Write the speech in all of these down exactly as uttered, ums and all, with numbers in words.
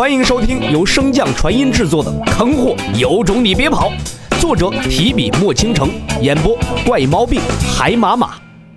欢迎收听由升降传音制作的《坑货有种你别跑》，作者提笔墨倾城，演播怪毛病海马马。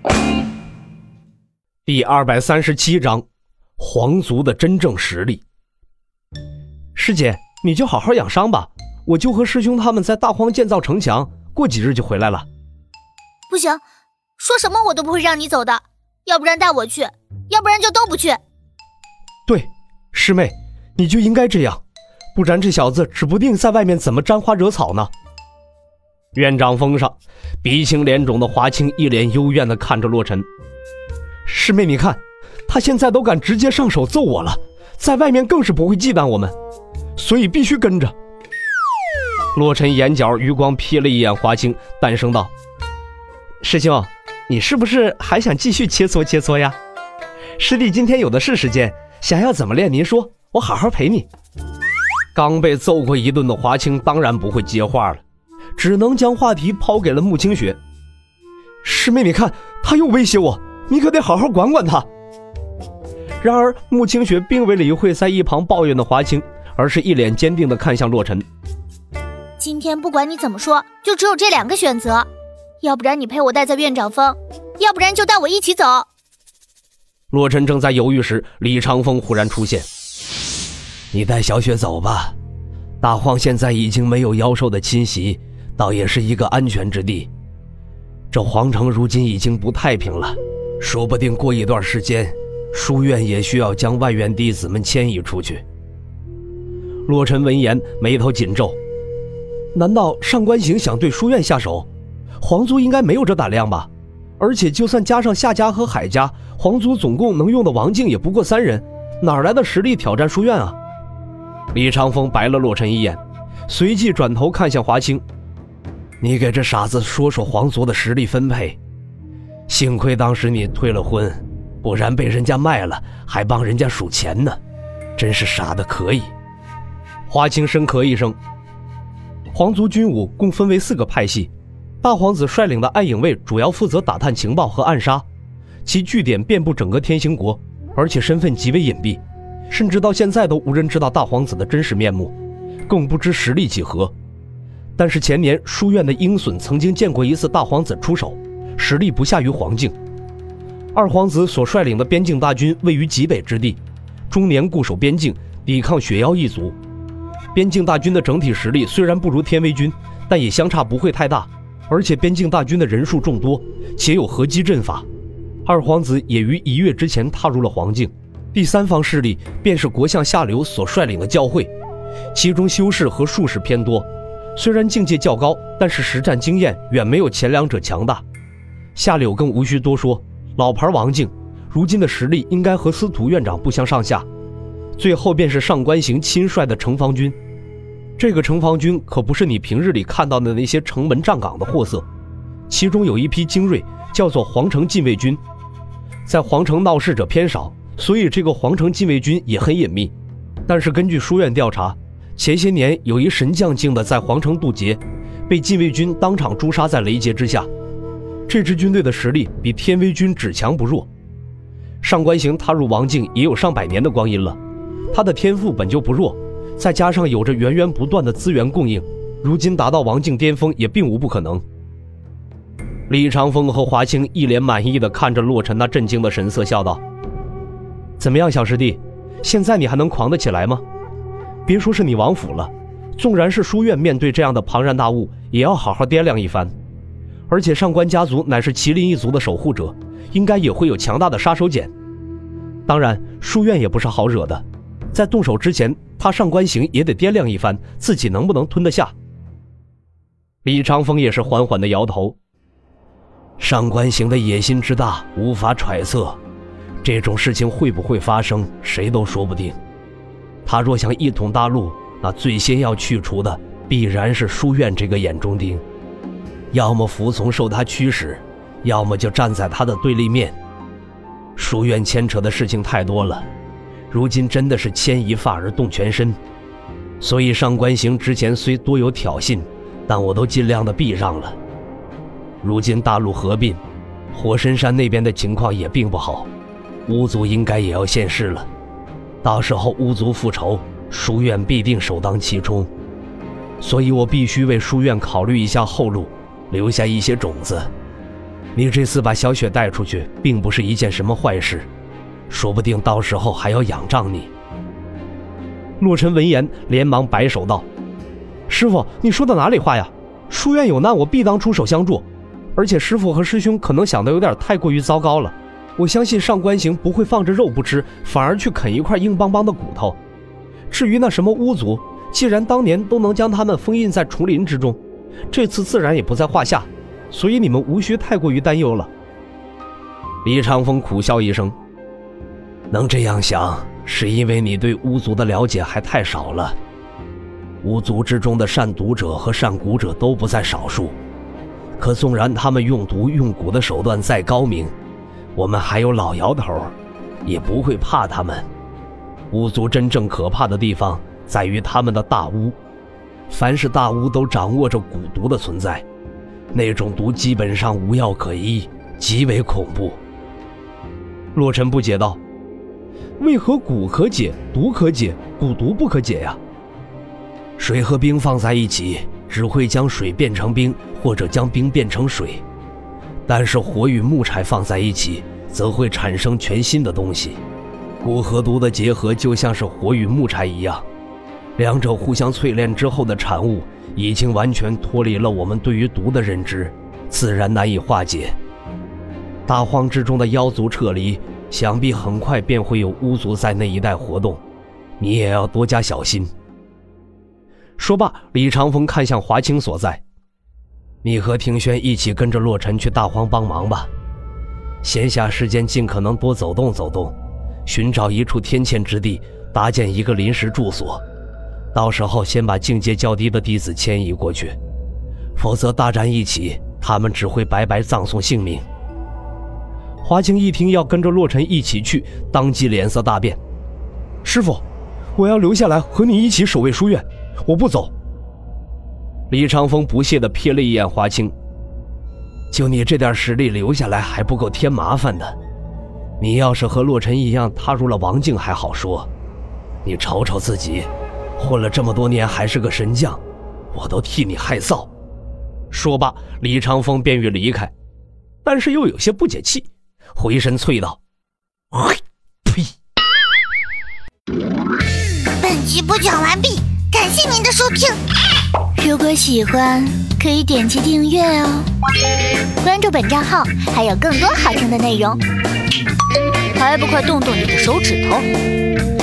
第二百三十七章，皇族的真正实力。师姐，你就好好养伤吧，我就和师兄他们在大荒建造城墙，过几日就回来了。 不行，说什么我都不会让你走的，要不然带我去，要不然就都不去。 对，师妹，你就应该这样，不然这小子指不定在外面怎么沾花惹草呢。院长峰上，鼻青脸肿的华清一脸幽怨地看着洛尘。师妹，你看，他现在都敢直接上手揍我了，在外面更是不会忌惮我们，所以必须跟着。洛尘眼角余光瞥了一眼华清，淡声道：师兄，你是不是还想继续切磋切磋呀？师弟今天有的是时间，想要怎么练您说，我好好陪你。刚被揍过一顿的华清当然不会接话了，只能将话题抛给了穆清雪。师妹，你看，他又威胁我，你可得好好管管他。然而穆清雪并未理会在一旁抱怨的华清，而是一脸坚定地看向洛尘。 今天不管你怎么说，就只有这两个选择，要不然你陪我待在院长峰，要不然就带我一起走。 洛尘正在犹豫时，李长风忽然出现。你带小雪走吧，大荒现在已经没有妖兽的侵袭，倒也是一个安全之地。这皇城如今已经不太平了，说不定过一段时间，书院也需要将外院弟子们迁移出去。洛尘闻言眉头紧皱，难道上官行想对书院下手？皇族应该没有这胆量吧？而且就算加上夏家和海家，皇族总共能用的王境也不过三人，哪来的实力挑战书院啊？李长风白了洛尘一眼，随即转头看向华清。你给这傻子说说皇族的实力分配。幸亏当时你退了婚，不然被人家卖了还帮人家数钱呢，真是傻得可以。华清深咳一声。皇族军武共分为四个派系，大皇子率领的暗影卫主要负责打探情报和暗杀，其据点遍布整个天行国，而且身份极为隐蔽，甚至到现在都无人知道大皇子的真实面目，更不知实力几何。但是前年书院的鹰隼曾经见过一次大皇子出手，实力不下于黄境。二皇子所率领的边境大军位于极北之地，终年固守边境，抵抗雪妖一族。边境大军的整体实力虽然不如天威军，但也相差不会太大，而且边境大军的人数众多，且有合击阵法。二皇子也于一月之前踏入了黄境。第三方势力便是国相夏流所率领的教会，其中修士和术士偏多，虽然境界较高，但是实战经验远没有前两者强大。夏柳更无需多说，老牌王境，如今的实力应该和司徒院长不相上下。最后便是上官行亲率的城防军，这个城防军可不是你平日里看到的那些城门站岗的货色，其中有一批精锐，叫做皇城禁卫军。在皇城闹事者偏少，所以这个皇城禁卫军也很隐秘。但是根据书院调查，前些年有一神将境的在皇城渡劫，被禁卫军当场诛杀在雷劫之下。这支军队的实力比天威军只强不弱。上官行踏入王境也有上百年的光阴了，他的天赋本就不弱，再加上有着源源不断的资源供应，如今达到王境巅峰也并无不可能。李长风和华清一脸满意地看着洛尘那震惊的神色，笑道：怎么样，小师弟，现在你还能狂得起来吗？别说是你王府了，纵然是书院面对这样的庞然大物，也要好好掂量一番。而且上官家族乃是麒麟一族的守护者，应该也会有强大的杀手锏。当然书院也不是好惹的，在动手之前，他上官行也得掂量一番，自己能不能吞得下。李长风也是缓缓地摇头。上官行的野心之大，无法揣测，这种事情会不会发生，谁都说不定。他若想一统大陆，那最先要去除的必然是书院这个眼中钉，要么服从受他驱使，要么就站在他的对立面。书院牵扯的事情太多了，如今真的是牵一发而动全身。所以上官行之前虽多有挑衅，但我都尽量的避让了。如今大陆合并，火神山那边的情况也并不好，巫族应该也要现世了。到时候巫族复仇， 书院必定首当其冲，所以我必须为书院考虑一下后路，留下一些种子。你这次把小雪带出去，并不是一件什么坏事，说不定到时候还要仰仗你。洛尘闻言连忙摆手道：师父，你说的哪里话呀？书院有难，我必当出手相助。而且师父和师兄可能想的有点太过于糟糕了，我相信上官行不会放着肉不吃，反而去啃一块硬邦邦的骨头。至于那什么巫族，既然当年都能将他们封印在丛林之中，这次自然也不在话下，所以你们无需太过于担忧了。李长风苦笑一声，能这样想是因为你对巫族的了解还太少了。巫族之中的善毒者和善蛊者都不在少数，可纵然他们用毒用蛊的手段再高明，我们还有老姚头，也不会怕他们。巫族真正可怕的地方在于他们的大巫，凡是大巫都掌握着蛊毒的存在，那种毒基本上无药可医，极为恐怖。洛尘不解道：为何蛊可解，毒可解，蛊毒不可解呀？水和冰放在一起，只会将水变成冰，或者将冰变成水，但是火与木柴放在一起，则会产生全新的东西。蛊和毒的结合就像是火与木柴一样，两者互相淬炼之后的产物已经完全脱离了我们对于毒的认知，自然难以化解。大荒之中的妖族撤离，想必很快便会有巫族在那一带活动，你也要多加小心。说罢，李长风看向华清所在，你和庭轩一起跟着洛尘去大荒帮忙吧，闲暇时间尽可能多走动走动，寻找一处天堑之地，搭建一个临时住所，到时候先把境界较低的弟子迁移过去，否则大战一起，他们只会白白葬送性命。华清一听要跟着洛尘一起去，当即脸色大变：师父，我要留下来和你一起守卫书院，我不走。李长风不屑地瞥了一眼华清：就你这点实力，留下来还不够添麻烦的。你要是和洛尘一样踏入了王境还好说，你瞅瞅自己，混了这么多年还是个神将，我都替你害臊。说罢，李长风便欲离开，但是又有些不解气，回身啐道：呸！ 本集播讲完毕，感谢您的收听。如果喜欢，可以点击订阅哦，关注本账号还有更多好听的内容。还不快动动你的手指头！